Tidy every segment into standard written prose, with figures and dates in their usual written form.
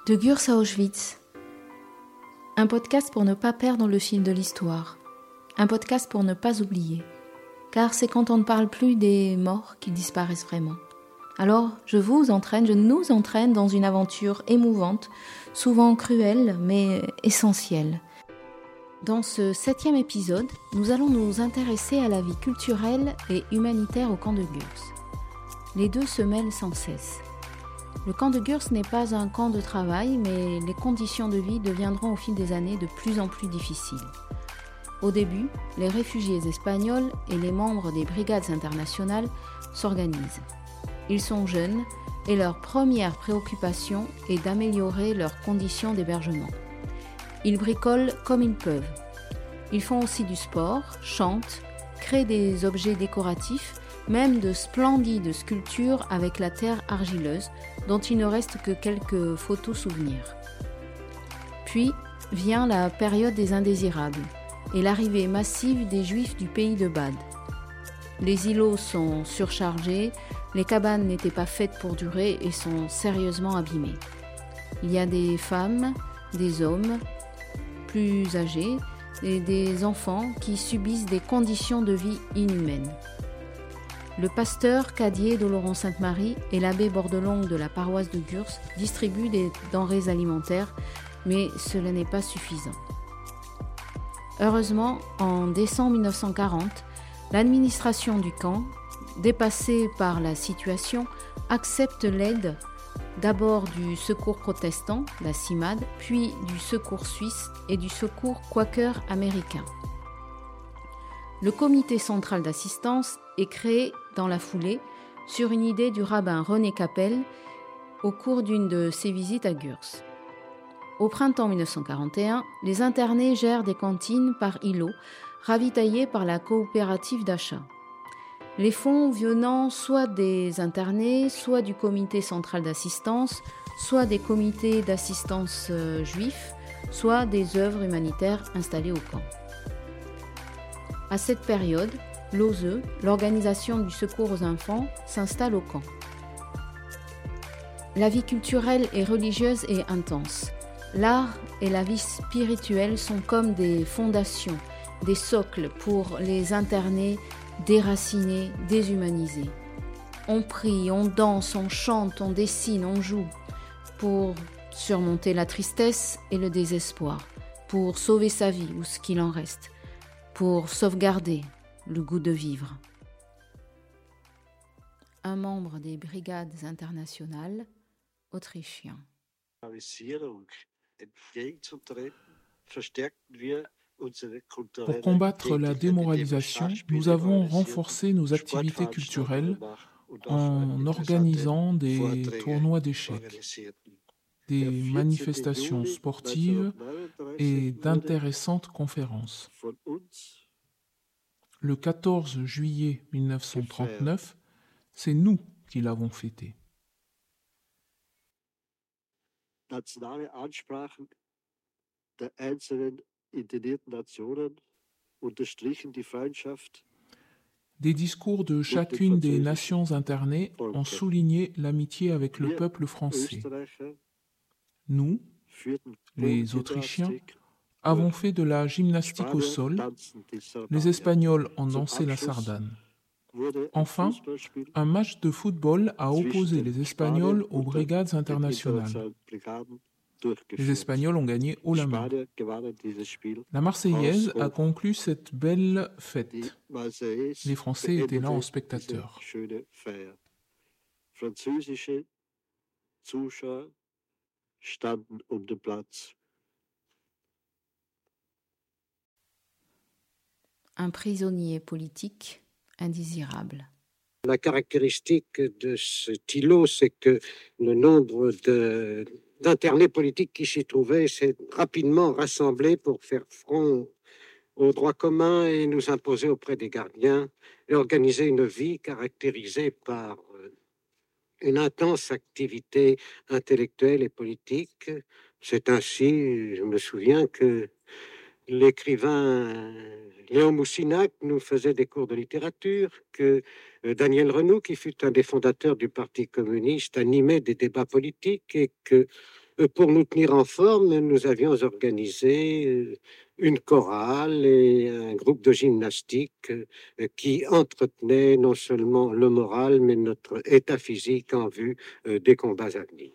De Gurs à Auschwitz. Un podcast pour ne pas perdre le fil de l'histoire. Un podcast pour ne pas oublier. Car c'est quand on ne parle plus des morts qu'ils disparaissent vraiment. Alors, je nous entraîne dans une aventure émouvante, souvent cruelle, mais essentielle. Dans ce 7e épisode, nous allons nous intéresser à la vie culturelle et humanitaire au camp de Gurs. Les deux se mêlent sans cesse. Le camp de Gurs n'est pas un camp de travail, mais les conditions de vie deviendront au fil des années de plus en plus difficiles. Au début, les réfugiés espagnols et les membres des brigades internationales s'organisent. Ils sont jeunes et leur première préoccupation est d'améliorer leurs conditions d'hébergement. Ils bricolent comme ils peuvent. Ils font aussi du sport, chantent, créent des objets décoratifs, même de splendides sculptures avec la terre argileuse, dont il ne reste que quelques photos souvenirs. Puis vient la période des indésirables et l'arrivée massive des Juifs du pays de Bade. Les îlots sont surchargés, les cabanes n'étaient pas faites pour durer et sont sérieusement abîmées. Il y a des femmes, des hommes plus âgés et des enfants qui subissent des conditions de vie inhumaines. Le pasteur Cadier de Laurent-Sainte-Marie et l'abbé Bordelongue de la paroisse de Gurs distribuent des denrées alimentaires, mais cela n'est pas suffisant. Heureusement, en décembre 1940, l'administration du camp, dépassée par la situation, accepte l'aide d'abord du Secours protestant, la CIMAD, puis du Secours suisse et du Secours quaker américain. Le comité central d'assistance est créé dans la foulée sur une idée du rabbin René Capel au cours d'une de ses visites à Gurs. Au printemps 1941, les internés gèrent des cantines par îlot, ravitaillées par la coopérative d'achat. Les fonds venant soit des internés, soit du comité central d'assistance, soit des comités d'assistance juifs, soit des œuvres humanitaires installées au camp. À cette période, l'OSE, l'Organisation du Secours aux enfants, s'installe au camp. La vie culturelle et religieuse est intense. L'art et la vie spirituelle sont comme des fondations, des socles pour les internés déracinés, déshumanisés. On prie, on danse, on chante, on dessine, on joue pour surmonter la tristesse et le désespoir, pour sauver sa vie ou ce qu'il en reste, pour sauvegarder le goût de vivre. Un membre des brigades internationales autrichien. Pour combattre la démoralisation, nous avons renforcé nos activités culturelles en organisant des tournois d'échecs, des manifestations sportives et d'intéressantes conférences. Le 14 juillet 1939, c'est nous qui l'avons fêté. Nationale Ansprachen der einzelnen internierten Nationen unterstrichen die Freundschaft. Des discours de chacune des nations internées ont souligné l'amitié avec le peuple français. Nous, les Autrichiens, avons fait de la gymnastique au sol, les Espagnols ont dansé la sardane. Enfin, un match de football a opposé les Espagnols aux brigades internationales. Les Espagnols ont gagné haut la main. La Marseillaise a conclu cette belle fête. Les Français étaient là en spectateurs. Un prisonnier politique indésirable. La caractéristique de cet îlot, c'est que le nombre d'internés politiques qui s'y trouvaient s'est rapidement rassemblé pour faire front aux droits communs et nous imposer auprès des gardiens et organiser une vie caractérisée par une intense activité intellectuelle et politique. C'est ainsi, je me souviens, que l'écrivain Léon Moussinac nous faisait des cours de littérature, que Daniel Renoux, qui fut un des fondateurs du Parti communiste, animait des débats politiques et que pour nous tenir en forme, nous avions organisé une chorale et un groupe de gymnastique qui entretenait non seulement le moral, mais notre état physique en vue des combats à venir.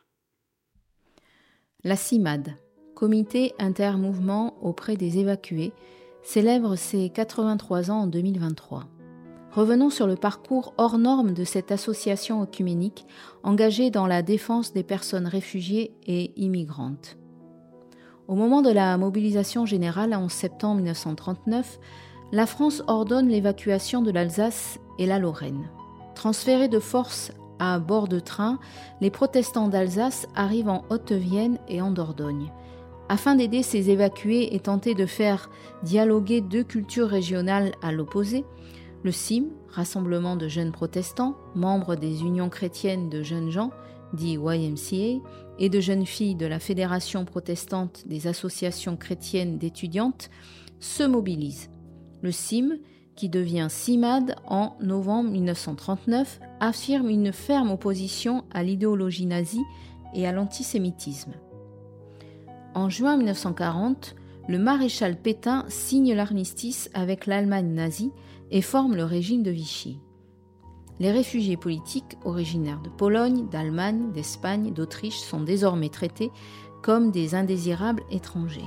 La CIMAD, Comité intermouvement auprès des évacués, célèbre ses 83 ans en 2023. Revenons sur le parcours hors norme de cette association œcuménique engagée dans la défense des personnes réfugiées et immigrantes. Au moment de la mobilisation générale en septembre 1939, la France ordonne l'évacuation de l'Alsace et la Lorraine. Transférés de force à bord de train, les protestants d'Alsace arrivent en Haute-Vienne et en Dordogne. Afin d'aider ces évacués et tenter de faire dialoguer deux cultures régionales à l'opposé, le CIM, Rassemblement de jeunes protestants, membre des unions chrétiennes de jeunes gens, dit YMCA, et de jeunes filles de la Fédération protestante des associations chrétiennes d'étudiantes, se mobilise. Le CIM, qui devient CIMAD en novembre 1939, affirme une ferme opposition à l'idéologie nazie et à l'antisémitisme. En juin 1940, le maréchal Pétain signe l'armistice avec l'Allemagne nazie et forme le régime de Vichy. Les réfugiés politiques originaires de Pologne, d'Allemagne, d'Espagne, d'Autriche sont désormais traités comme des indésirables étrangers.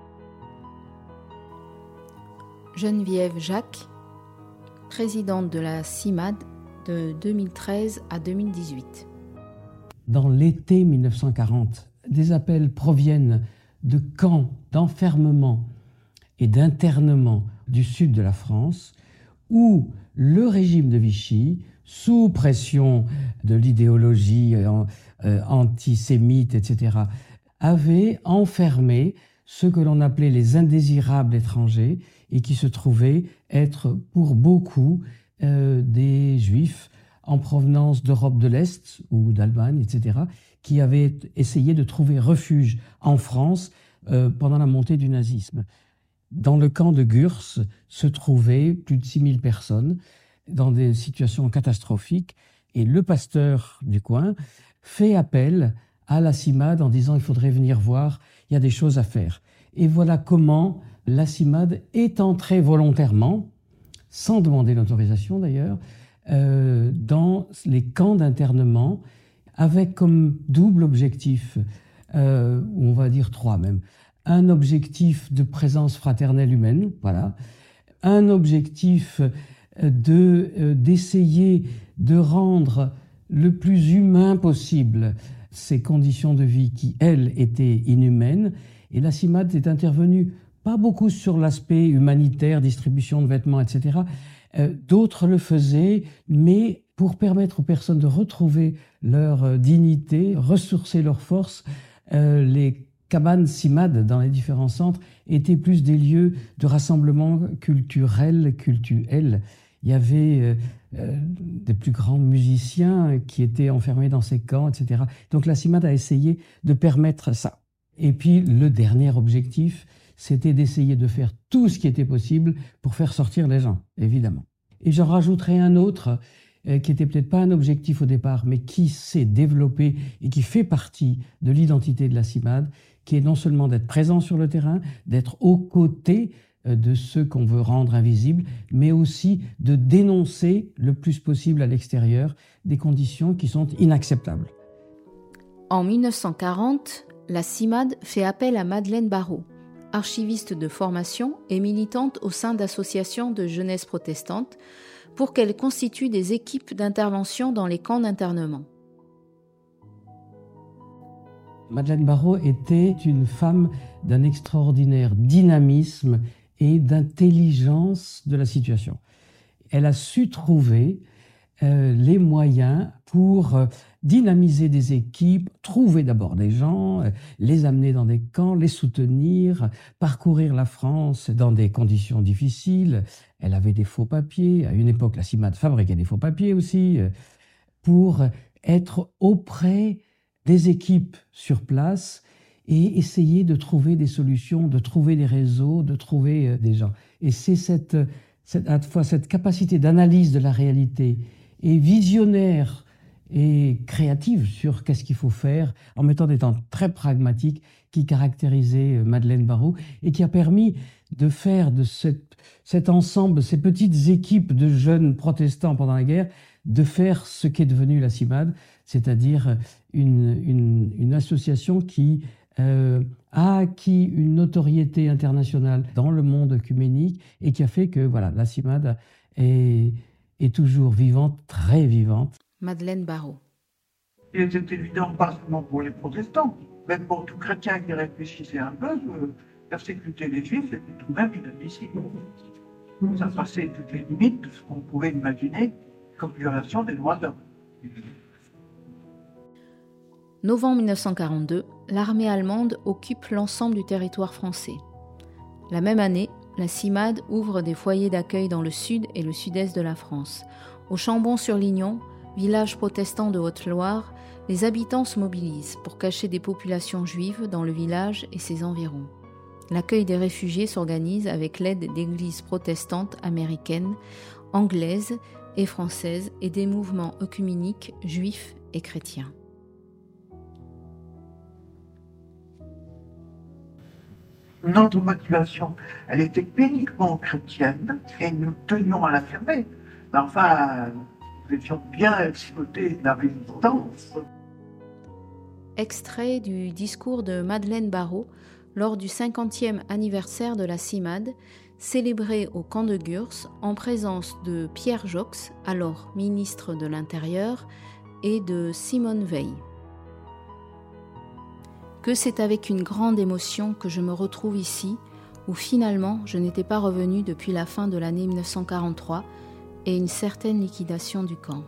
Geneviève Jacques, présidente de la CIMAD de 2013 à 2018. Dans l'été 1940, des appels proviennent de camps d'enfermement et d'internement du sud de la France, où le régime de Vichy, sous pression de l'idéologie antisémite, etc., avait enfermé ceux que l'on appelait les indésirables étrangers et qui se trouvaient être pour beaucoup des Juifs en provenance d'Europe de l'Est ou d'Allemagne, etc., qui avaient essayé de trouver refuge en France pendant la montée du nazisme. Dans le camp de Gurs se trouvaient plus de 6000 personnes dans des situations catastrophiques et le pasteur du coin fait appel à la CIMAD en disant « il faudrait venir voir, il y a des choses à faire ». Et voilà comment la CIMAD est entrée volontairement, sans demander l'autorisation d'ailleurs, dans les camps d'internement avec comme double objectif, on va dire 3 même, un objectif de présence fraternelle humaine, voilà, un objectif d'essayer de rendre le plus humain possible ces conditions de vie qui, elles, étaient inhumaines. Et la CIMAD est intervenue pas beaucoup sur l'aspect humanitaire, distribution de vêtements, etc. D'autres le faisaient, mais pour permettre aux personnes de retrouver leur dignité, ressourcer leurs forces, les cabanes CIMAD dans les différents centres étaient plus des lieux de rassemblement culturel. Il y avait des plus grands musiciens qui étaient enfermés dans ces camps, etc. Donc la CIMAD a essayé de permettre ça. Et puis le dernier objectif, c'était d'essayer de faire tout ce qui était possible pour faire sortir les gens, évidemment. Et j'en rajouterai un autre qui n'était peut-être pas un objectif au départ, mais qui s'est développé et qui fait partie de l'identité de la CIMAD, qui est non seulement d'être présent sur le terrain, d'être aux côtés de ceux qu'on veut rendre invisibles, mais aussi de dénoncer le plus possible à l'extérieur des conditions qui sont inacceptables. En 1940, la CIMAD fait appel à Madeleine Barrault, archiviste de formation et militante au sein d'associations de jeunesse protestante, pour qu'elle constitue des équipes d'intervention dans les camps d'internement. Madeleine Barrault était une femme d'un extraordinaire dynamisme et d'intelligence de la situation. Elle a su trouver les moyens pour dynamiser des équipes, trouver d'abord des gens, les amener dans des camps, les soutenir, parcourir la France dans des conditions difficiles. Elle avait des faux papiers. À une époque, la CIMAD fabriquait des faux papiers aussi, pour être auprès des équipes sur place et essayer de trouver des solutions, de trouver des réseaux, de trouver des gens. Et c'est à la fois cette capacité d'analyse de la réalité et visionnaire et créative sur qu'est-ce qu'il faut faire, en mettant des temps très pragmatiques qui caractérisaient Madeleine Barrot et qui a permis de faire de cet ensemble, ces petites équipes de jeunes protestants pendant la guerre, de faire ce qu'est devenu la CIMAD, c'est-à-dire une association qui a acquis une notoriété internationale dans le monde œcuménique et qui a fait que voilà, la CIMAD est toujours vivante, très vivante. Madeleine Barrot. Il était évident, pas seulement pour les protestants, même pour tout chrétien qui réfléchissait un peu, persécuter les juifs était tout de même inadmissible. Ça passait toutes les limites de ce qu'on pouvait imaginer comme violation des droits de l'homme. Novembre 1942, l'armée allemande occupe l'ensemble du territoire français. La même année, la CIMAD ouvre des foyers d'accueil dans le sud et le sud-est de la France. Au Chambon-sur-Lignon, village protestant de Haute-Loire, les habitants se mobilisent pour cacher des populations juives dans le village et ses environs. L'accueil des réfugiés s'organise avec l'aide d'églises protestantes américaines, anglaises et françaises et des mouvements œcuméniques juifs et chrétiens. Notre motivation, elle était uniquement chrétienne et nous tenions à l'affirmer. Mais enfin, nous étions bien excités de la résistance. Extrait du discours de Madeleine Barrot lors du 50e anniversaire de la CIMAD, célébré au camp de Gurs en présence de Pierre Jox, alors ministre de l'Intérieur, et de Simone Veil. Que c'est avec une grande émotion que je me retrouve ici, où finalement je n'étais pas revenu depuis la fin de l'année 1943 et une certaine liquidation du camp.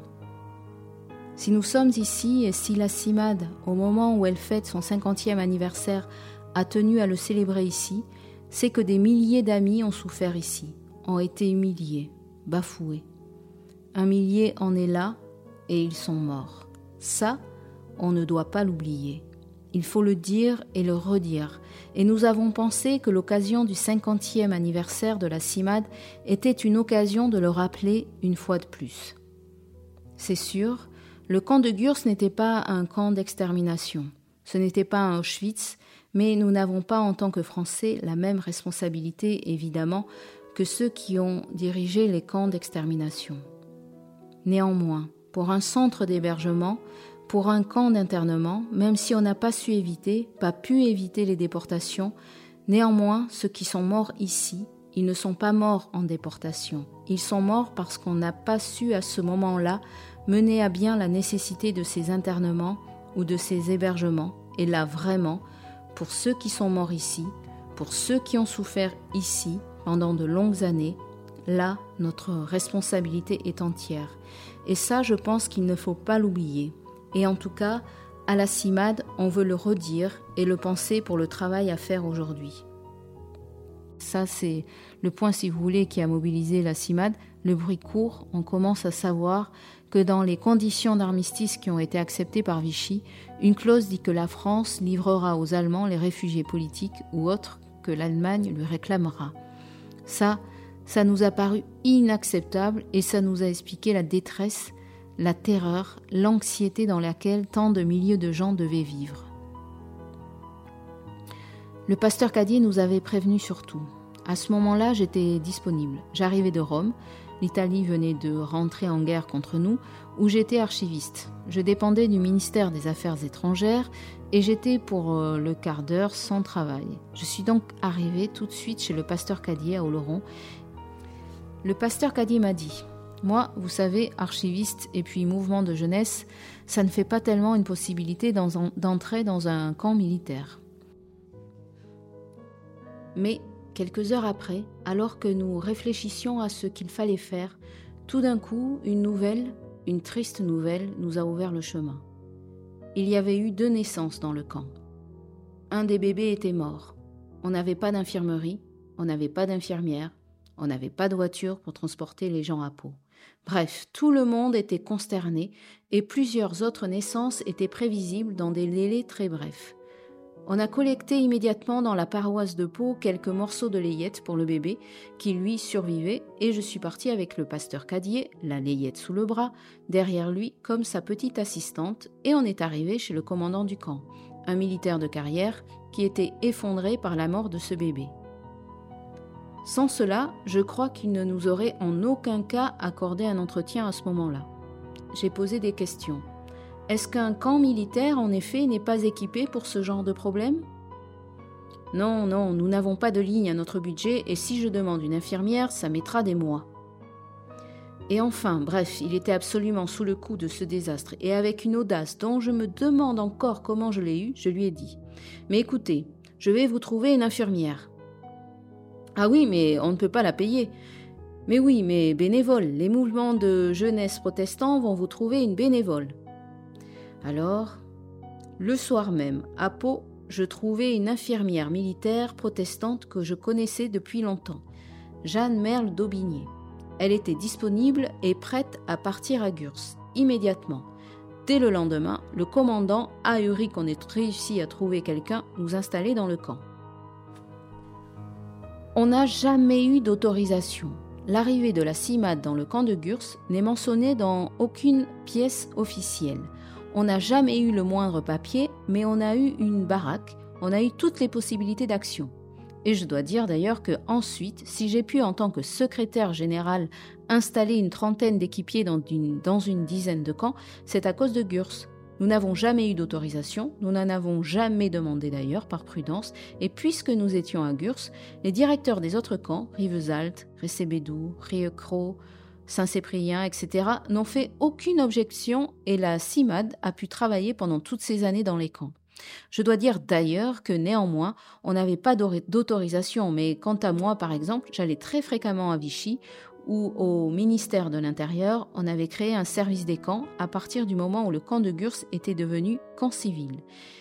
Si nous sommes ici et si la CIMAD, au moment où elle fête son 50e anniversaire, a tenu à le célébrer ici, c'est que des milliers d'amis ont souffert ici, ont été humiliés, bafoués. Un millier en est là et ils sont morts. Ça, on ne doit pas l'oublier. Il faut le dire et le redire. Et nous avons pensé que l'occasion du 50e anniversaire de la CIMAD était une occasion de le rappeler une fois de plus. C'est sûr, le camp de Gurs n'était pas un camp d'extermination. Ce n'était pas un Auschwitz, mais nous n'avons pas en tant que Français la même responsabilité, évidemment, que ceux qui ont dirigé les camps d'extermination. Néanmoins, pour un centre d'hébergement, pour un camp d'internement, même si on n'a pas pu éviter les déportations, néanmoins, ceux qui sont morts ici, ils ne sont pas morts en déportation. Ils sont morts parce qu'on n'a pas su à ce moment-là mener à bien la nécessité de ces internements ou de ces hébergements. Et là, vraiment, pour ceux qui sont morts ici, pour ceux qui ont souffert ici pendant de longues années, là, notre responsabilité est entière. Et ça, je pense qu'il ne faut pas l'oublier. Et en tout cas, à la CIMAD, on veut le redire et le penser pour le travail à faire aujourd'hui. Ça, c'est le point, si vous voulez, qui a mobilisé la CIMAD. Le bruit court, on commence à savoir que dans les conditions d'armistice qui ont été acceptées par Vichy, une clause dit que la France livrera aux Allemands les réfugiés politiques ou autres que l'Allemagne lui réclamera. Ça nous a paru inacceptable et ça nous a expliqué la détresse, la terreur, l'anxiété dans laquelle tant de milliers de gens devaient vivre. Le pasteur Cadier nous avait prévenus sur tout. À ce moment-là, j'étais disponible. J'arrivais de Rome, l'Italie venait de rentrer en guerre contre nous, où j'étais archiviste. Je dépendais du ministère des Affaires étrangères et j'étais pour le quart d'heure sans travail. Je suis donc arrivée tout de suite chez le pasteur Cadier à Oloron. Le pasteur Cadier m'a dit: moi, vous savez, archiviste et puis mouvement de jeunesse, ça ne fait pas tellement une possibilité d'entrer dans un camp militaire. Mais quelques heures après, alors que nous réfléchissions à ce qu'il fallait faire, tout d'un coup, une triste nouvelle nous a ouvert le chemin. Il y avait eu 2 naissances dans le camp. Un des bébés était mort. On n'avait pas d'infirmerie, on n'avait pas d'infirmière, on n'avait pas de voiture pour transporter les gens à Pau. Bref, tout le monde était consterné et plusieurs autres naissances étaient prévisibles dans des délais très brefs. On a collecté immédiatement dans la paroisse de Pau quelques morceaux de layette pour le bébé qui lui survivait et je suis partie avec le pasteur Cadier, la layette sous le bras, derrière lui comme sa petite assistante et on est arrivé chez le commandant du camp, un militaire de carrière qui était effondré par la mort de ce bébé. Sans cela, je crois qu'il ne nous aurait en aucun cas accordé un entretien à ce moment-là. J'ai posé des questions. Est-ce qu'un camp militaire, en effet, n'est pas équipé pour ce genre de problème ? Non, nous n'avons pas de ligne à notre budget et si je demande une infirmière, ça mettra des mois. Et enfin, bref, il était absolument sous le coup de ce désastre et avec une audace dont je me demande encore comment je l'ai eue, je lui ai dit « Mais écoutez, je vais vous trouver une infirmière. » « Ah oui, mais on ne peut pas la payer. »« Mais oui, mais bénévole, les mouvements de jeunesse protestants vont vous trouver une bénévole. » Alors, le soir même, à Pau, je trouvai une infirmière militaire protestante que je connaissais depuis longtemps, Jeanne Merle d'Aubigné. Elle était disponible et prête à partir à Gurs, immédiatement. Dès le lendemain, le commandant, ahuri qu'on ait réussi à trouver quelqu'un, nous installer dans le camp. On n'a jamais eu d'autorisation. L'arrivée de la CIMAD dans le camp de Gurs n'est mentionnée dans aucune pièce officielle. On n'a jamais eu le moindre papier, mais on a eu une baraque, on a eu toutes les possibilités d'action. Et je dois dire d'ailleurs que ensuite, si j'ai pu en tant que secrétaire général installer une trentaine d'équipiers dans une dizaine de camps, c'est à cause de Gurs. Nous n'avons jamais eu d'autorisation, nous n'en avons jamais demandé d'ailleurs par prudence, et puisque nous étions à Gurs, les directeurs des autres camps, Rivesaltes, Recébédou, Rieucros, Saint-Cyprien, etc., n'ont fait aucune objection et la CIMAD a pu travailler pendant toutes ces années dans les camps. Je dois dire d'ailleurs que néanmoins, on n'avait pas d'autorisation, mais quant à moi par exemple, j'allais très fréquemment à Vichy, où au ministère de l'Intérieur, on avait créé un service des camps à partir du moment où le camp de Gurs était devenu camp civil.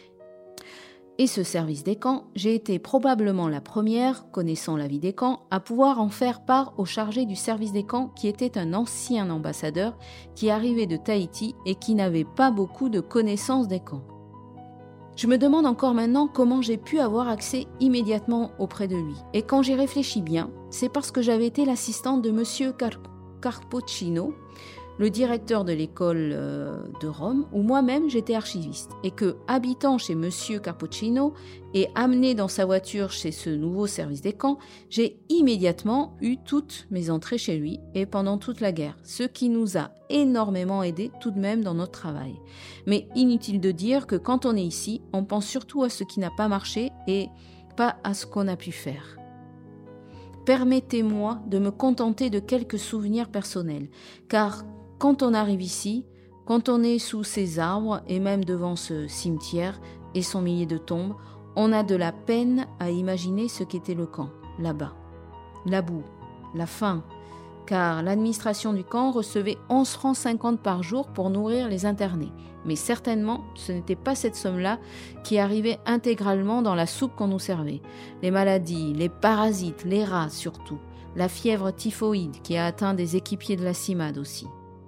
Et ce service des camps, j'ai été probablement la première, connaissant la vie des camps, à pouvoir en faire part au chargé du service des camps qui était un ancien ambassadeur qui arrivait de Tahiti et qui n'avait pas beaucoup de connaissances des camps. Je me demande encore maintenant comment j'ai pu avoir accès immédiatement auprès de lui. Et quand j'y réfléchis bien, c'est parce que j'avais été l'assistante de M. Carpoccino, le directeur de l'école de Rome, où moi-même j'étais archiviste, et que, habitant chez M. Carpoccino et amené dans sa voiture chez ce nouveau service des camps, j'ai immédiatement eu toutes mes entrées chez lui et pendant toute la guerre, ce qui nous a énormément aidé tout de même dans notre travail. Mais inutile de dire que quand on est ici, on pense surtout à ce qui n'a pas marché et pas à ce qu'on a pu faire. Permettez-moi de me contenter de quelques souvenirs personnels, car quand on arrive ici, quand on est sous ces arbres et même devant ce cimetière et son millier de tombes, on a de la peine à imaginer ce qu'était le camp, là-bas. La boue, la faim, car l'administration du camp recevait 11 francs 50 par jour pour nourrir les internés. Mais certainement, ce n'était pas cette somme-là qui arrivait intégralement dans la soupe qu'on nous servait. Les maladies, les parasites, les rats surtout, la fièvre typhoïde qui a atteint des équipiers de la CIMAD aussi.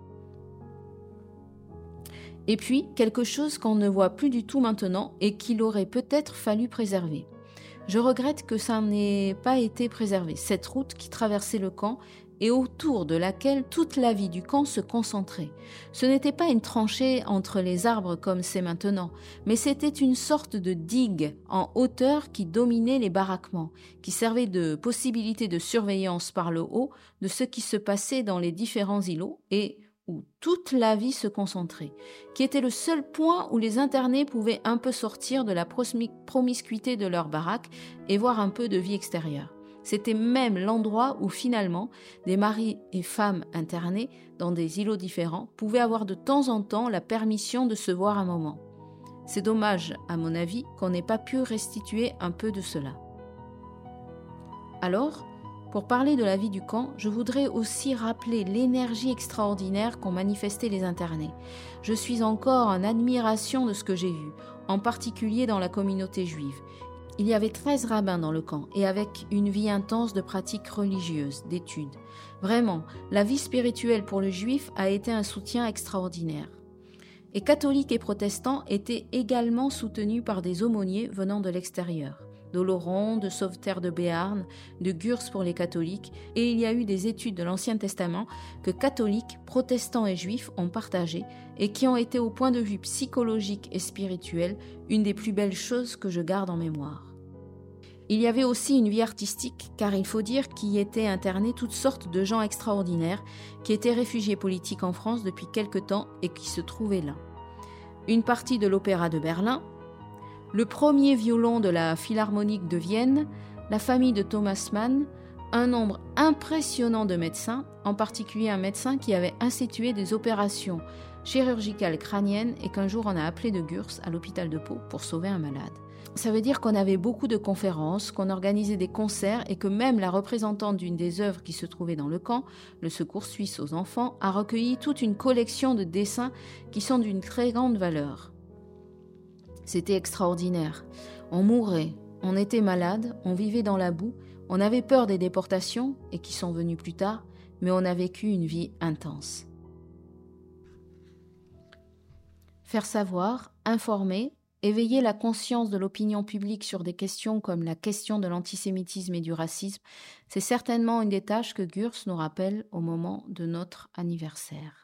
Et puis, quelque chose qu'on ne voit plus du tout maintenant et qu'il aurait peut-être fallu préserver. Je regrette que ça n'ait pas été préservé, cette route qui traversait le camp et autour de laquelle toute la vie du camp se concentrait. Ce n'était pas une tranchée entre les arbres comme c'est maintenant, mais c'était une sorte de digue en hauteur qui dominait les baraquements, qui servait de possibilité de surveillance par le haut de ce qui se passait dans les différents îlots et où toute la vie se concentrait, qui était le seul point où les internés pouvaient un peu sortir de la promiscuité de leur baraque et voir un peu de vie extérieure. C'était même l'endroit où finalement des maris et femmes internés dans des îlots différents pouvaient avoir de temps en temps la permission de se voir un moment. C'est dommage, à mon avis, qu'on n'ait pas pu restituer un peu de cela. Alors, pour parler de la vie du camp, je voudrais aussi rappeler l'énergie extraordinaire qu'ont manifesté les internés. Je suis encore en admiration de ce que j'ai vu, en particulier dans la communauté juive. Il y avait 13 rabbins dans le camp et avec une vie intense de pratiques religieuses, d'études. Vraiment, la vie spirituelle pour le juif a été un soutien extraordinaire. Et catholiques et protestants étaient également soutenus par des aumôniers venant de l'extérieur, d'Oloron, de Sauveterre de Béarn, de Gurs pour les catholiques, et il y a eu des études de l'Ancien Testament que catholiques, protestants et juifs ont partagées et qui ont été au point de vue psychologique et spirituel une des plus belles choses que je garde en mémoire. Il y avait aussi une vie artistique, car il faut dire qu'y étaient internés toutes sortes de gens extraordinaires qui étaient réfugiés politiques en France depuis quelque temps et qui se trouvaient là. Une partie de l'Opéra de Berlin, le premier violon de la Philharmonique de Vienne, la famille de Thomas Mann, un nombre impressionnant de médecins, en particulier un médecin qui avait institué des opérations chirurgicales crâniennes et qu'un jour on a appelé de Gurs à l'hôpital de Pau pour sauver un malade. Ça veut dire qu'on avait beaucoup de conférences, qu'on organisait des concerts et que même la représentante d'une des œuvres qui se trouvait dans le camp, le Secours suisse aux enfants, a recueilli toute une collection de dessins qui sont d'une très grande valeur. C'était extraordinaire. On mourait, on était malade, on vivait dans la boue, on avait peur des déportations, et qui sont venues plus tard, mais on a vécu une vie intense. Faire savoir, informer, éveiller la conscience de l'opinion publique sur des questions comme la question de l'antisémitisme et du racisme, c'est certainement une des tâches que Gurs nous rappelle au moment de notre anniversaire.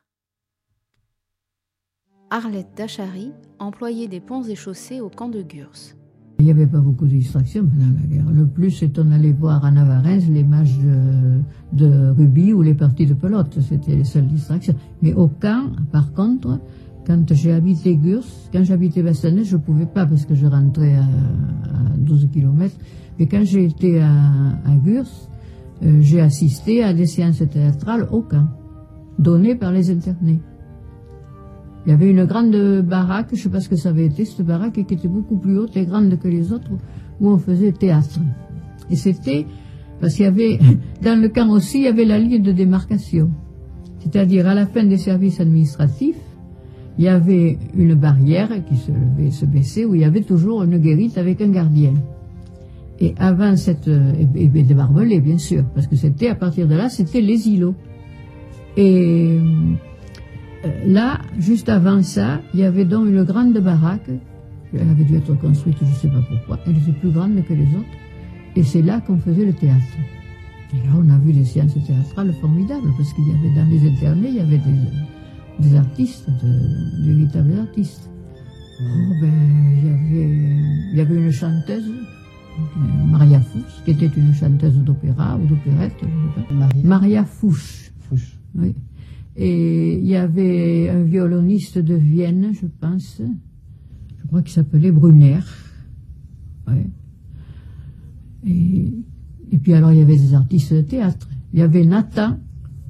Arlette Dachary, employée des ponts et chaussées au camp de Gurs. Il n'y avait pas beaucoup de distractions pendant la guerre. Le plus, c'est qu'on allait voir à Navarrenz les matchs de rugby ou les parties de pelote. C'était les seules distractions. Mais au camp, par contre, quand j'ai habité Gurs, quand j'habitais Bastogne, je ne pouvais pas parce que je rentrais à 12 km. Mais quand j'ai été à Gurs, j'ai assisté à des séances théâtrales au camp, données par les internés. Il y avait une grande baraque, je ne sais pas ce que ça avait été, cette baraque, qui était beaucoup plus haute et grande que les autres, où on faisait théâtre. Et c'était, parce qu'il y avait, dans le camp aussi, il y avait la ligne de démarcation. C'est-à-dire, à la fin des services administratifs, il y avait une barrière qui se levait, se baissait, où il y avait toujours une guérite avec un gardien. Et avant cette, et des barbelés, bien sûr, parce que c'était, à partir de là, c'était les îlots. Et là, juste avant ça, il y avait donc une grande baraque. Elle avait dû être construite, je ne sais pas pourquoi. Elle était plus grande que les autres. Et c'est là qu'on faisait le théâtre. Et là, on a vu des séances théâtrales formidables, parce qu'il y avait dans les internés, il y avait des artistes, de véritables artistes. Oh, ben, il y avait une chanteuse, Maria Fouche, qui était une chanteuse d'opéra ou d'opérette, je ne sais pas. Maria Fouche. Oui. Et il y avait un violoniste de Vienne, je pense, je crois qu'il s'appelait Brunner. Ouais. Et puis alors il y avait des artistes de théâtre. Il y avait Nathan,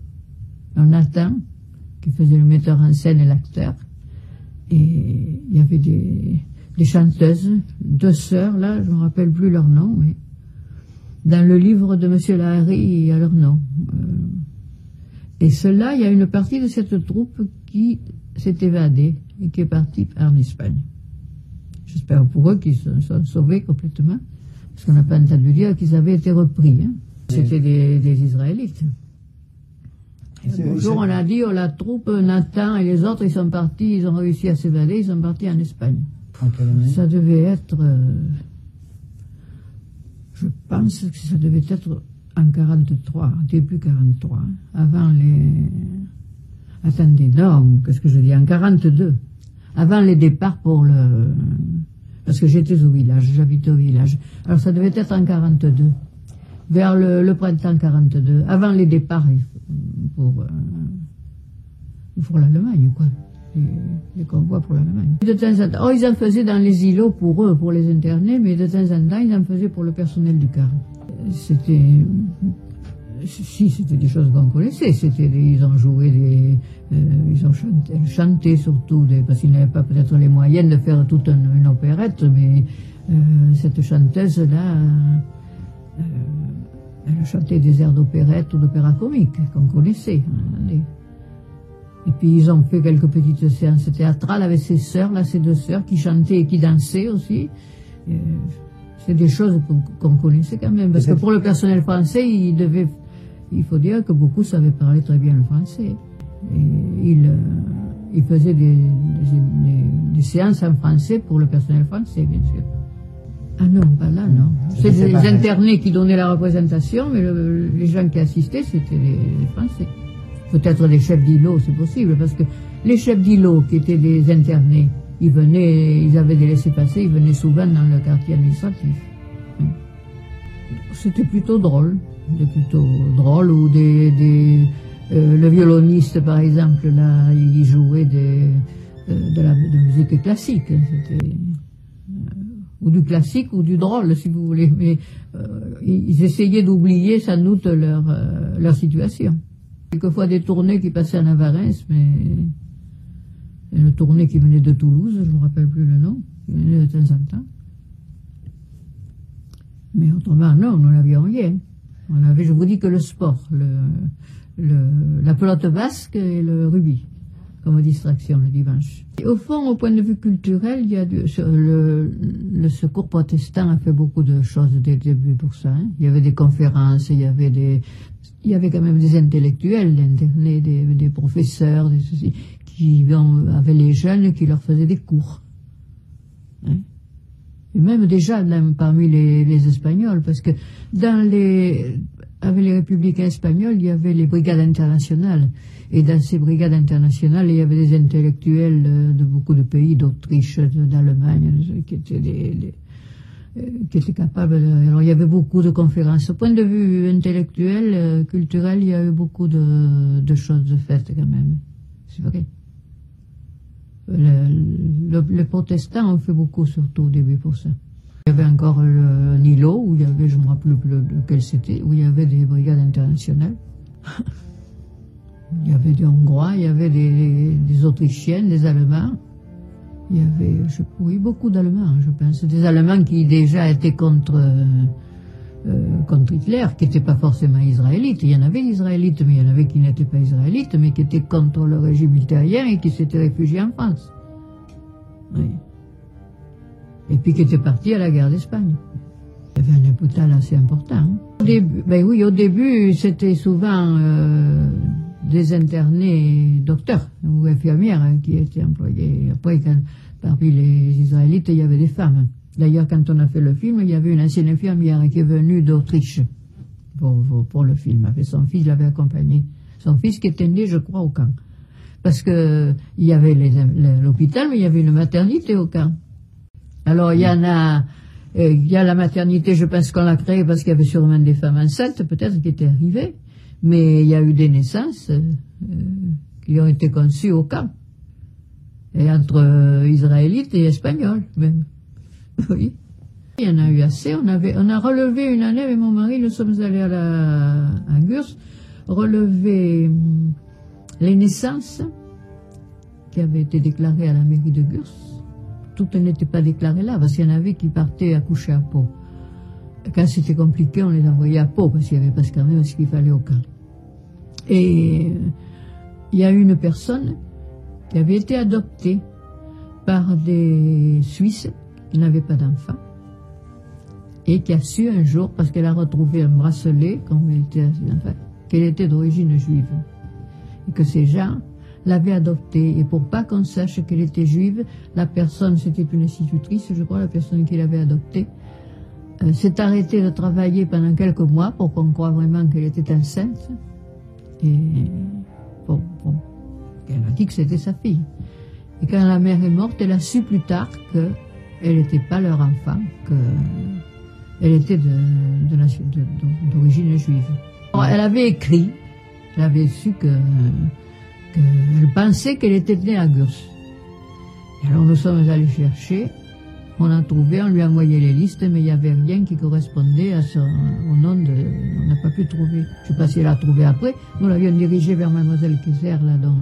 qui faisait le metteur en scène et l'acteur. Et il y avait des chanteuses, deux sœurs, là, je ne me rappelle plus leur nom, mais dans le livre de M. Lahari, il y a leur nom. Et cela, il y a une partie de cette troupe qui s'est évadée et qui est partie en Espagne. J'espère pour eux qu'ils se sont sauvés complètement, parce qu'on n'a pas entendu dire qu'ils avaient été repris. Hein. C'était des Israélites. Et un jour, on a dit, oh, la troupe, Nathan et les autres, ils sont partis, ils ont réussi à s'évader, ils sont partis en Espagne. Ça devait être, je pense que ça devait être en 43, début 43, avant les... Attendez, non, qu'est-ce que je dis, en 42, avant les départs pour le... Parce que j'étais au village, j'habitais au village. Alors ça devait être en 42, vers le printemps 42, avant les départs pour l'Allemagne, quoi. Les convois pour l'Allemagne. De temps en temps, ils en faisaient dans les îlots pour eux, pour les internés, mais de temps en temps, ils en faisaient pour le personnel du car. C'était des choses qu'on connaissait. Ils ont joué ils ont chanté surtout, parce qu'ils n'avaient pas peut-être les moyens de faire toute une opérette, mais cette chanteuse-là, elle chantait des airs d'opérette ou d'opéra comique qu'on connaissait. Et puis ils ont fait quelques petites séances théâtrales avec ses sœurs, là, ces deux sœurs qui chantaient et qui dansaient aussi. C'est des choses qu'on connaissait quand même, parce que pour le personnel français, il faut dire que beaucoup savaient parler très bien le français. Et il faisait des séances en français pour le personnel français, bien sûr. Ah non, pas là, non. C'est les internés qui donnaient la représentation, mais les gens qui assistaient, c'était les Français. Peut-être les chefs d'îlot, c'est possible, parce que les chefs d'îlot qui étaient des internés, ils avaient des laissez-passer, ils venaient souvent dans le quartier administratif. Oui. C'était plutôt drôle, ou le violoniste, par exemple, là, il jouait de la musique classique, c'était... ou du classique ou du drôle, si vous voulez, mais ils essayaient d'oublier sans doute leur situation. Quelquefois des tournées qui passaient à Navarins, mais une tournée qui venait de Toulouse, je ne me rappelle plus le nom, qui venait de temps en temps. Mais autrement, non, nous n'avions rien. On avait, je vous dis, que le sport, la pelote basque et le rugby, comme distraction le dimanche. Et au fond, au point de vue culturel, il y a le Secours protestant a fait beaucoup de choses dès le début pour ça. Hein. Il y avait des conférences, il y avait quand même des intellectuels, des professeurs, qui avaient les jeunes qui leur faisaient des cours. Hein. Et même déjà parmi les Espagnols, parce que avec les républicains espagnols, il y avait les brigades internationales. Et dans ces brigades internationales, il y avait des intellectuels de beaucoup de pays, d'Autriche, d'Allemagne, qui étaient capables. Alors il y avait beaucoup de conférences. Au point de vue intellectuel, culturel, il y a eu beaucoup de choses faites quand même. C'est vrai. Les protestants ont fait beaucoup, surtout au début pour ça. Il y avait encore un îlot où il y avait, je ne me rappelle plus lequel c'était, où il y avait des brigades internationales. Il y avait des Hongrois, il y avait des Autrichiens, des Allemands. Il y avait, beaucoup d'Allemands, je pense. Des Allemands qui déjà étaient contre Hitler, qui n'étaient pas forcément israélites. Il y en avait d'israélites, mais il y en avait qui n'étaient pas israélites, mais qui étaient contre le régime hitlérien et qui s'étaient réfugiés en France. Oui. Et puis qui étaient partis à la guerre d'Espagne. Il y avait un épousal assez important. Hein. Au début, c'était souvent des internés docteurs ou infirmières qui étaient employés. Après, parmi les Israélites, il y avait des femmes. D'ailleurs, quand on a fait le film, il y avait une ancienne infirmière qui est venue d'Autriche pour le film. Avec son fils, l'avait accompagné. Son fils qui était né, je crois, au camp. Parce que il y avait l'hôpital, mais il y avait une maternité au camp. Alors, il y a la maternité, je pense qu'on l'a créée parce qu'il y avait sûrement des femmes enceintes, peut-être, qui étaient arrivées. Mais il y a eu des naissances qui ont été conçues au camp. Et entre Israélites et Espagnols, même. Oui. Il y en a eu assez. On a relevé une année avec mon mari, nous sommes allés à Gurs, relever les naissances qui avaient été déclarées à la mairie de Gurs. Toutes n'étaient pas déclarées là, parce qu'il y en avait qui partaient accoucher à Pau. Quand c'était compliqué, on les envoyait à Pau, parce qu'il y avait presque quand même ce qu'il fallait au camp. Et il y a une personne qui avait été adoptée par des Suisses qui n'avaient pas d'enfants, et qui a su un jour, parce qu'elle a retrouvé un bracelet, qu'elle était d'origine juive. Et que ces gens l'avaient adoptée. Et pour pas qu'on sache qu'elle était juive, la personne, c'était une institutrice, je crois, la personne qui l'avait adoptée, s'est arrêtée de travailler pendant quelques mois pour qu'on croie vraiment qu'elle était enceinte. Et elle a dit que c'était sa fille. Et quand la mère est morte, elle a su plus tard qu'elle n'était pas leur enfant, qu'elle était d'origine juive. Alors, elle avait écrit, elle avait su qu'elle pensait qu'elle était née à Gurs. Et alors nous sommes allés chercher. On a trouvé, on lui a envoyé les listes, mais il n'y avait rien qui correspondait au nom de... On n'a pas pu trouver. Je ne sais pas si elle a trouvé après. Nous l'avions dirigée vers Mademoiselle Kaiser, là, dont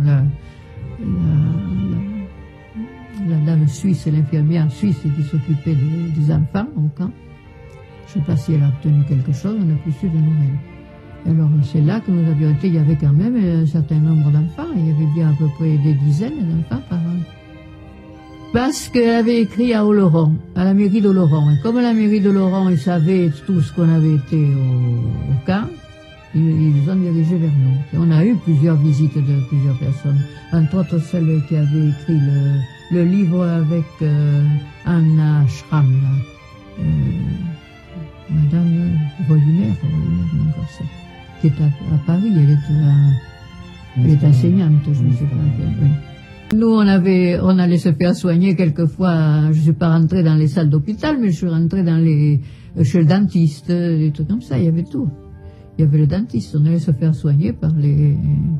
la dame suisse, l'infirmière suisse qui s'occupait des enfants au camp. Je ne sais pas si elle a obtenu quelque chose, on n'a plus su de nouvelles. Alors c'est là que nous avions été, il y avait quand même un certain nombre d'enfants, il y avait bien à peu près des dizaines d'enfants par an. Parce qu'elle avait écrit à Oloron, à la mairie d'Oloron. Et comme la mairie d'Oloron, ils savaient tout ce qu'on avait été au camp, Ils ont dirigé vers nous. On a eu plusieurs visites de plusieurs personnes, entre autres celle qui avait écrit le livre avec Anna Schramm, là. Madame Vollimer, non, comme ça, qui est à Paris, elle est enseignante, je ne sais pas. Oui. Nous, on allait se faire soigner quelquefois. Je suis pas rentrée dans les salles d'hôpital, mais je suis rentrée chez le dentiste, des trucs comme ça. Il y avait tout. Il y avait le dentiste. On allait se faire soigner par les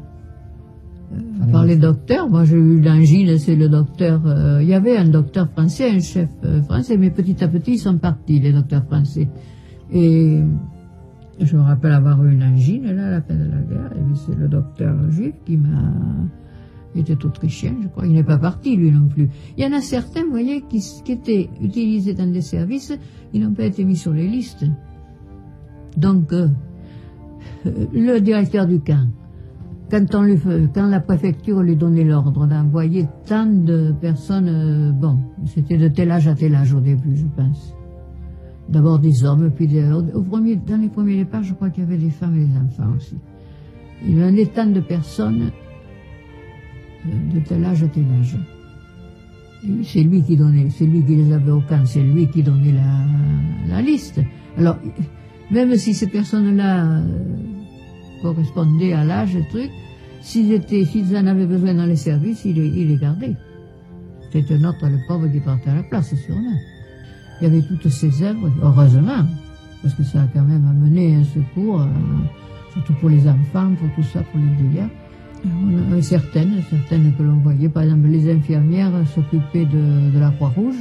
docteurs. Moi, j'ai eu l'angine, c'est le docteur. Il y avait un docteur français, un chef français, mais petit à petit, ils sont partis, les docteurs français. Et je me rappelle avoir eu une angine, là, à la fin de la guerre. Et c'est le docteur juif qui m'a... Il était autrichien, je crois. Il n'est pas parti, lui non plus. Il y en a certains, vous voyez, qui étaient utilisés dans des services, ils n'ont pas été mis sur les listes. Donc, le directeur du camp, quand la préfecture lui donnait l'ordre d'envoyer tant de personnes, c'était de tel âge à tel âge au début, je pense. D'abord des hommes, puis dans les premiers départs, je crois qu'il y avait des femmes et des enfants aussi. Il donnait tant de personnes de tel âge à tel âge. Et c'est lui qui les avait au camp, c'est lui qui donnait la liste. Alors, même si ces personnes-là correspondaient à l'âge, s'ils en avaient besoin dans les services, ils les gardaient. C'était un autre, le pauvre, qui partait à la place, sûrement. Il y avait toutes ces œuvres, heureusement, parce que ça a quand même amené un secours, surtout pour les enfants, pour tout ça, pour les vieillards. On avait certaines que l'on voyait, par exemple, les infirmières s'occupaient de la Croix-Rouge.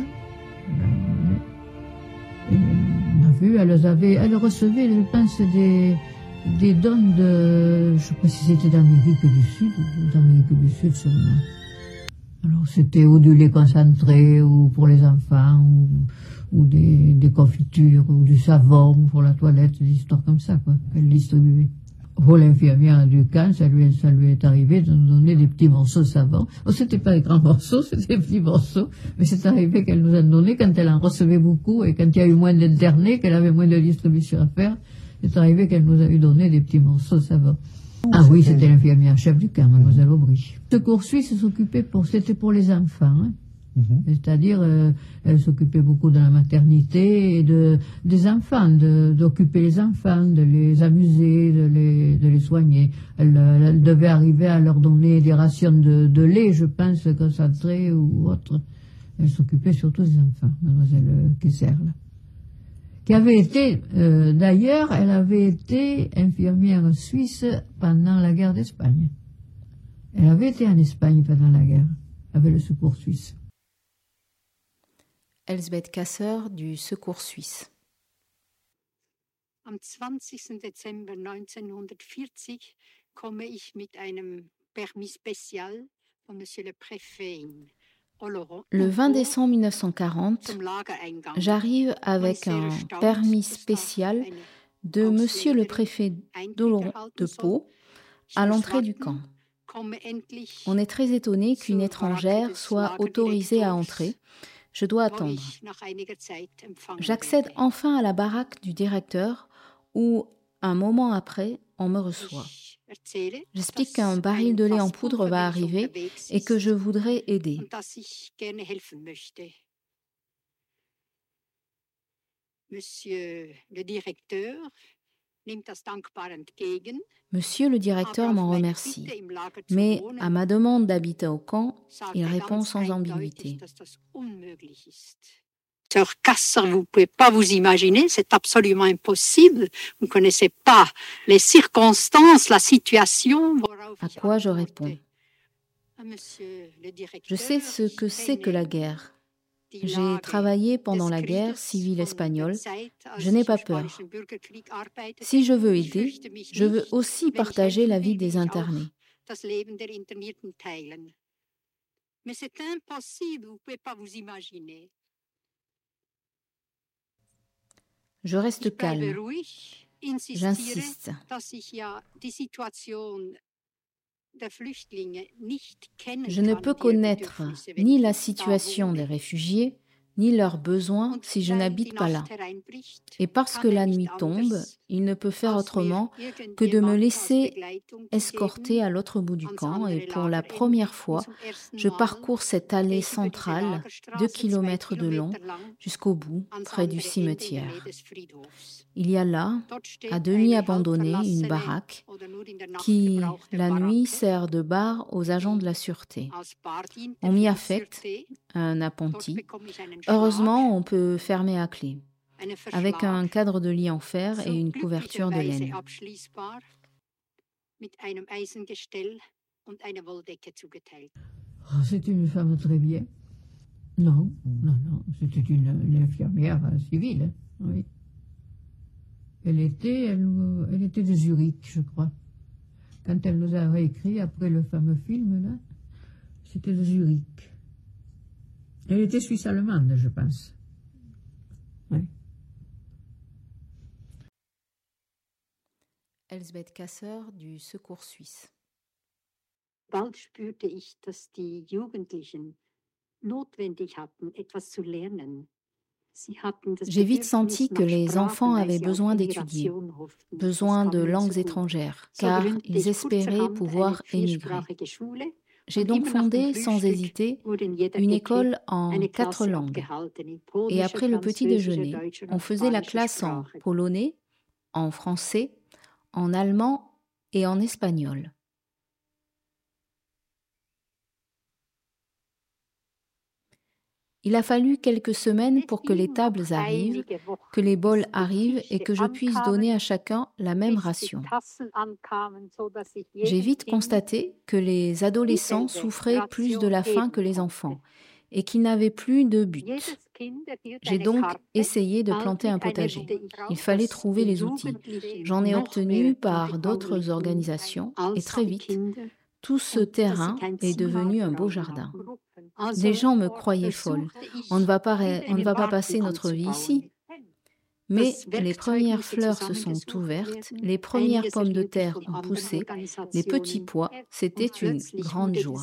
Et on a vu, elles recevaient, je pense, des dons de, je ne sais pas si c'était d'Amérique du Sud, ou d'Amérique du Sud sûrement. Alors c'était ou du lait concentré, ou pour les enfants, ou des confitures, ou du savon pour la toilette, des histoires comme ça, quoi, qu'elles distribuaient. Oh, l'infirmière du camp, ça lui est arrivé de nous donner des petits morceaux de savon. Oh, c'était pas des grands morceaux, c'était des petits morceaux, mais c'est arrivé qu'elle nous en donnait quand elle en recevait beaucoup et quand il y a eu moins d'internés, qu'elle avait moins de distribution à faire, c'est arrivé qu'elle nous a eu donné des petits morceaux de savon. Ah oui, c'était l'infirmière chef du camp, mademoiselle Aubry. Ce cours suisse c'était pour les enfants, hein. C'est-à-dire, elle s'occupait beaucoup de la maternité et des enfants, d'occuper les enfants, de les amuser, de les soigner. Elle devait arriver à leur donner des rations de lait, je pense, concentré ou autre. Elle s'occupait surtout des enfants, mademoiselle Kessler, là. Qui avait été, d'ailleurs, elle avait été infirmière suisse pendant la guerre d'Espagne. Elle avait été en Espagne pendant la guerre, avec le secours suisse. Elsbeth Kasser du Secours suisse. Am 20. Dezember 1940 komme ich mit einem permis spécial von Monsieur le Préfet. Le 20 décembre 1940, j'arrive avec un permis spécial de Monsieur le Préfet d'Oloron de Pau à l'entrée du camp. On est très étonné qu'une étrangère soit autorisée à entrer. Je dois attendre. J'accède enfin à la baraque du directeur où, un moment après, on me reçoit. J'explique qu'un baril de lait en poudre va arriver et que je voudrais aider. Monsieur le directeur m'en remercie, mais à ma demande d'habiter au camp, il répond sans ambiguïté. Sœur Kasser, vous ne pouvez pas vous imaginer, c'est absolument impossible. Vous ne connaissez pas les circonstances, la situation. À quoi je réponds? Je sais ce que c'est que la guerre. J'ai travaillé pendant la guerre civile espagnole. Je n'ai pas peur. Si je veux aider, je veux aussi partager la vie des internés. Mais c'est impossible, vous ne pouvez pas vous imaginer. Je reste calme. J'insiste. Je ne peux connaître ni la situation des réfugiés, ni leurs besoins si je n'habite pas là. Et parce que la nuit tombe, il ne peut faire autrement que de me laisser escorter à l'autre bout du camp et pour la première fois, je parcours cette allée centrale, 2 kilomètres de long, jusqu'au bout, près du cimetière. Il y a là, à demi abandonnée, une baraque qui, la nuit, sert de bar aux agents de la sûreté. On m'y affecte un appentis. Heureusement, on peut fermer à clé, avec un cadre de lit en fer et une couverture de laine. Oh, c'était une femme très bien. Non, c'était une infirmière civile, oui. Elle était de Zurich, je crois. Quand elle nous a écrit après le fameux film, là, c'était de Zurich. Elle était suisse-allemande, je pense. Oui. Elsbeth Kasser du Secours suisse. Bald spürte ich, dass die Jugendlichen notwendig hatten, etwas zu lernen. J'ai vite senti que les enfants avaient besoin d'étudier, besoin de langues étrangères, car ils espéraient pouvoir émigrer. J'ai donc fondé, sans hésiter, une école en 4 langues. Et après le petit déjeuner, on faisait la classe en polonais, en français, en allemand et en espagnol. Il a fallu quelques semaines pour que les tables arrivent, que les bols arrivent et que je puisse donner à chacun la même ration. J'ai vite constaté que les adolescents souffraient plus de la faim que les enfants et qu'ils n'avaient plus de but. J'ai donc essayé de planter un potager. Il fallait trouver les outils. J'en ai obtenu par d'autres organisations et très vite, tout ce terrain est devenu un beau jardin. Les gens me croyaient folle. On ne va pas passer notre vie ici. Mais les premières fleurs se sont ouvertes, les premières pommes de terre ont poussé, les petits pois, c'était une grande joie.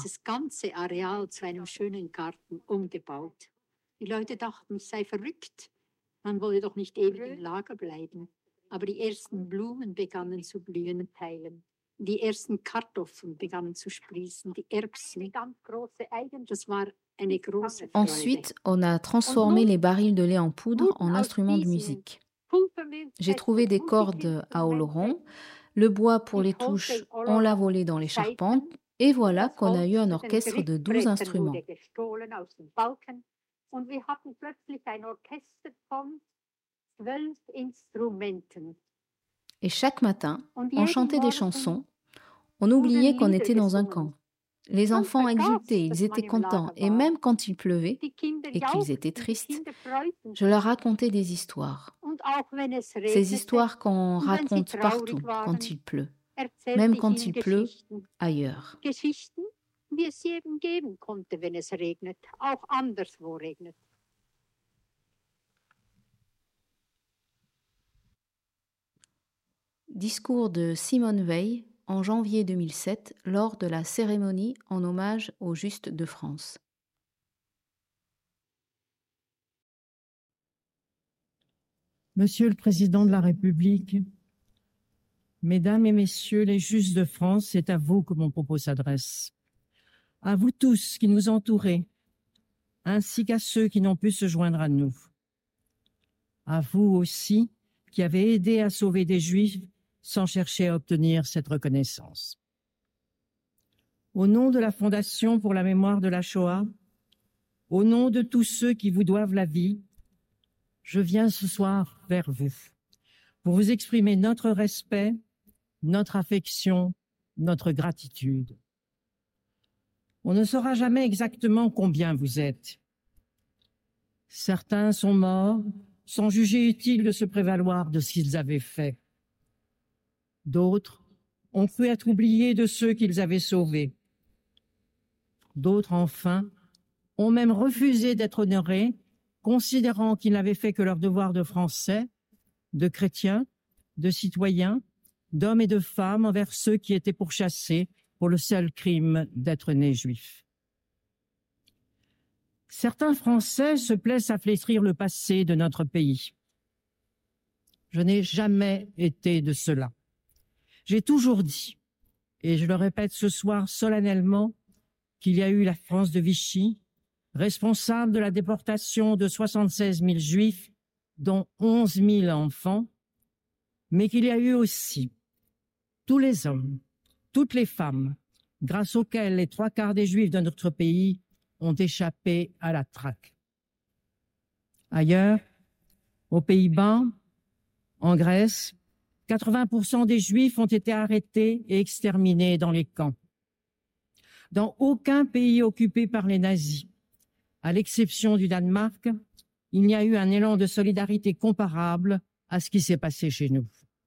Die Leute dachten, ich sei verrückt. Man wolle doch nicht ewig im Lager bleiben. Aber die ersten Blumen begannen zu blühen und heilen. Die ersten Kartoffeln begannen zu sprießen, die Erbsen. Das war eine große Freude. Ensuite, on a transformé les barils de lait en poudre en instruments de musique. J'ai trouvé des cordes à oloron, le bois pour les touches, on l'a volé dans les charpentes, et voilà qu'on a eu un orchestre de 12 instruments. Und wir hatten plötzlich ein Orchester von 12 Instrumenten. Et chaque matin, on chantait des chansons, on oubliait qu'on était dans un camp. Les enfants exultaient, ils étaient contents, et même quand il pleuvait et qu'ils étaient tristes, je leur racontais des histoires. Ces histoires qu'on raconte partout quand il pleut, même quand il pleut ailleurs. Wie es sie eben geben konnte, wenn es regnet, auch anderswo regnet. Discours de Simone Weil en janvier 2007 lors de la cérémonie en hommage au Juste de France. Monsieur le Président de la République, Mesdames et Messieurs les Justes de France, c'est à vous que mon propos s'adresse. À vous tous qui nous entourez, ainsi qu'à ceux qui n'ont pu se joindre à nous. À vous aussi qui avez aidé à sauver des Juifs sans chercher à obtenir cette reconnaissance. Au nom de la Fondation pour la mémoire de la Shoah, au nom de tous ceux qui vous doivent la vie, je viens ce soir vers vous pour vous exprimer notre respect, notre affection, notre gratitude. On ne saura jamais exactement combien vous êtes. Certains sont morts sans juger utile de se prévaloir de ce qu'ils avaient fait. D'autres ont cru être oubliés de ceux qu'ils avaient sauvés. D'autres, enfin, ont même refusé d'être honorés, considérant qu'ils n'avaient fait que leur devoir de Français, de chrétiens, de citoyens, d'hommes et de femmes envers ceux qui étaient pourchassés pour le seul crime d'être nés juifs. Certains Français se plaisent à flétrir le passé de notre pays. Je n'ai jamais été de cela. J'ai toujours dit, et je le répète ce soir solennellement, qu'il y a eu la France de Vichy, responsable de la déportation de 76 000 Juifs, dont 11 000 enfants, mais qu'il y a eu aussi tous les hommes, toutes les femmes, grâce auxquels les 3/4 des Juifs de notre pays ont échappé à la traque. Ailleurs, aux Pays-Bas, en Grèce, 80% des Juifs ont été arrêtés et exterminés dans les camps. Dans aucun pays occupé par les nazis, à l'exception du Danemark, il n'y a eu un élan de solidarité comparable à ce qui s'est passé chez nous.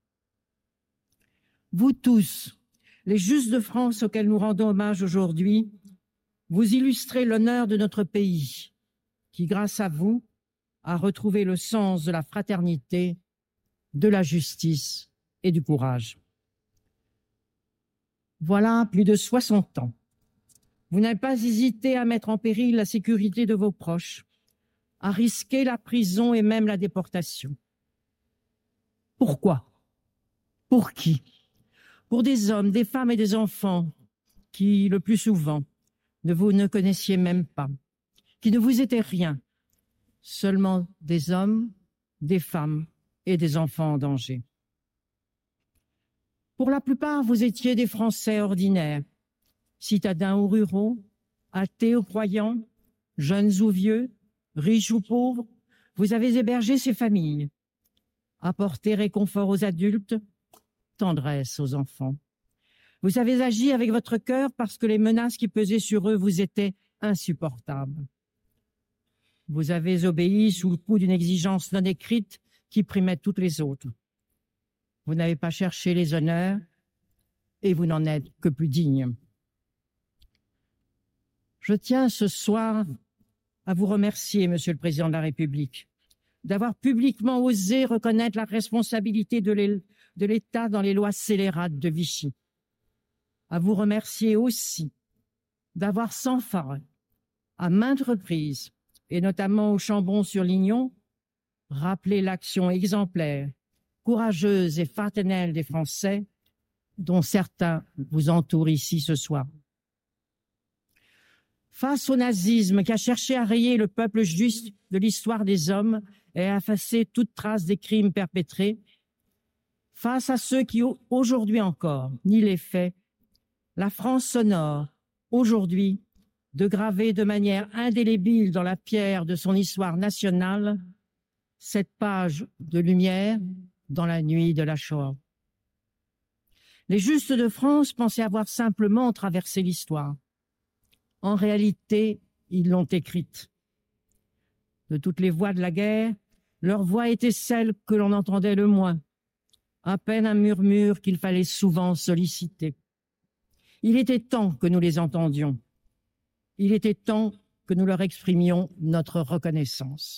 Vous tous, les Justes de France auxquels nous rendons hommage aujourd'hui, vous illustrez l'honneur de notre pays, qui, grâce à vous, a retrouvé le sens de la fraternité, de la justice et du courage. Voilà plus de 60 ans. Vous n'avez pas hésité à mettre en péril la sécurité de vos proches, à risquer la prison et même la déportation. Pourquoi? Pour qui? Pour des hommes, des femmes et des enfants qui, le plus souvent, vous ne connaissiez même pas, qui ne vous étaient rien, seulement des hommes, des femmes et des enfants en danger. Pour la plupart, vous étiez des Français ordinaires, citadins ou ruraux, athées ou croyants, jeunes ou vieux, riches ou pauvres, vous avez hébergé ces familles, apporté réconfort aux adultes, tendresse aux enfants. Vous avez agi avec votre cœur parce que les menaces qui pesaient sur eux vous étaient insupportables. Vous avez obéi sous le coup d'une exigence non écrite qui primait toutes les autres. Vous n'avez pas cherché les honneurs et vous n'en êtes que plus digne. Je tiens ce soir à vous remercier, Monsieur le Président de la République, d'avoir publiquement osé reconnaître la responsabilité de l'État dans les lois scélérates de Vichy. À vous remercier aussi d'avoir sans phare, à maintes reprises, et notamment au Chambon-sur-Lignon, rappelé l'action exemplaire, courageuse et fraternelle des Français, dont certains vous entourent ici ce soir. Face au nazisme qui a cherché à rayer le peuple juif de l'histoire des hommes et à effacer toute trace des crimes perpétrés, face à ceux qui, aujourd'hui encore, nient les faits, la France s'honore, aujourd'hui, de graver de manière indélébile dans la pierre de son histoire nationale cette page de lumière dans la nuit de la Shoah. Les Justes de France pensaient avoir simplement traversé l'histoire. En réalité, ils l'ont écrite. De toutes les voix de la guerre, leur voix était celle que l'on entendait le moins, à peine un murmure qu'il fallait souvent solliciter. Il était temps que nous les entendions. Il était temps que nous leur exprimions notre reconnaissance.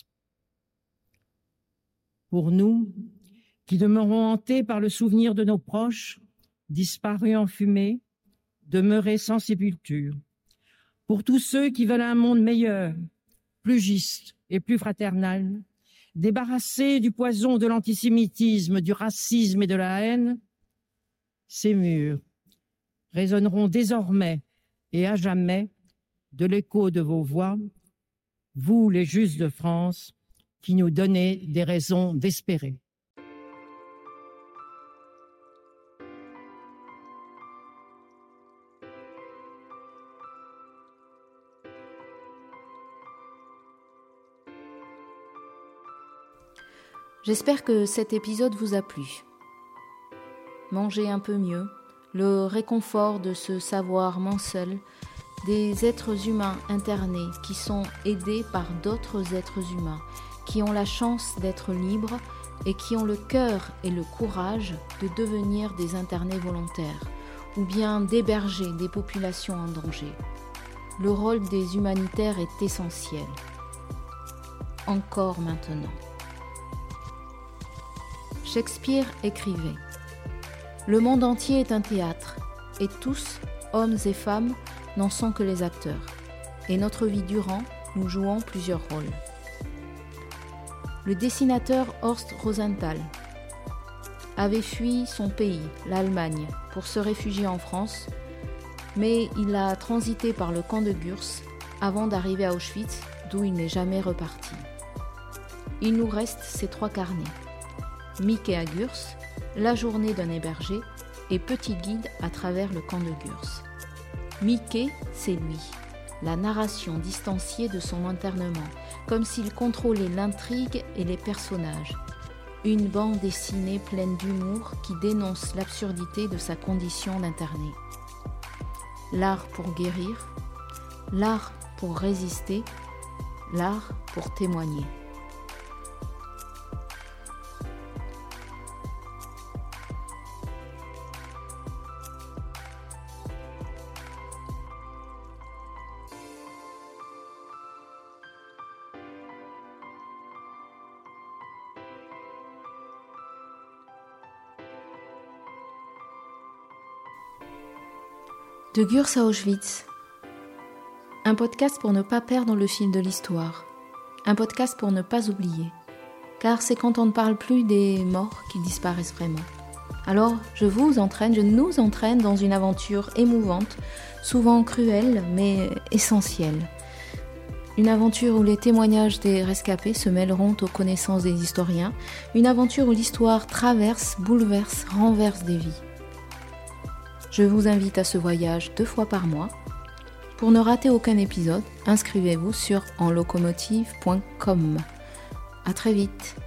Pour nous, qui demeurons hantés par le souvenir de nos proches, disparus en fumée, demeurés sans sépulture, pour tous ceux qui veulent un monde meilleur, plus juste et plus fraternel, débarrassés du poison de l'antisémitisme, du racisme et de la haine, ces murs résonneront désormais et à jamais de l'écho de vos voix, vous les Justes de France, qui nous donnez des raisons d'espérer. J'espère que cet épisode vous a plu. Mangez un peu mieux, le réconfort de ce savoir mensuel des êtres humains internés qui sont aidés par d'autres êtres humains, qui ont la chance d'être libres et qui ont le cœur et le courage de devenir des internés volontaires ou bien d'héberger des populations en danger. Le rôle des humanitaires est essentiel. Encore maintenant. Shakespeare écrivait « Le monde entier est un théâtre, et tous, hommes et femmes, n'en sont que les acteurs. Et notre vie durant, nous jouons plusieurs rôles. Le dessinateur Horst Rosenthal avait fui son pays, l'Allemagne, pour se réfugier en France, mais il a transité par le camp de Gurs avant d'arriver à Auschwitz, d'où il n'est jamais reparti. Il nous reste ces 3 carnets. Mickey à Gurs, La journée d'un hébergé et Petit guide à travers le camp de Gurs. Mickey, c'est lui, la narration distanciée de son internement, comme s'il contrôlait l'intrigue et les personnages. Une bande dessinée pleine d'humour qui dénonce l'absurdité de sa condition d'interné. L'art pour guérir, l'art pour résister, l'art pour témoigner. De Gurs à Auschwitz. Un podcast pour ne pas perdre le fil de l'histoire. Un podcast pour ne pas oublier. Car c'est quand on ne parle plus des morts qui disparaissent vraiment. Alors, je nous entraîne dans une aventure émouvante, souvent cruelle, mais essentielle. Une aventure où les témoignages des rescapés se mêleront aux connaissances des historiens. Une aventure où l'histoire traverse, bouleverse, renverse des vies. Je vous invite à ce voyage 2 fois par mois. Pour ne rater aucun épisode, inscrivez-vous sur enlocomotive.com. À très vite.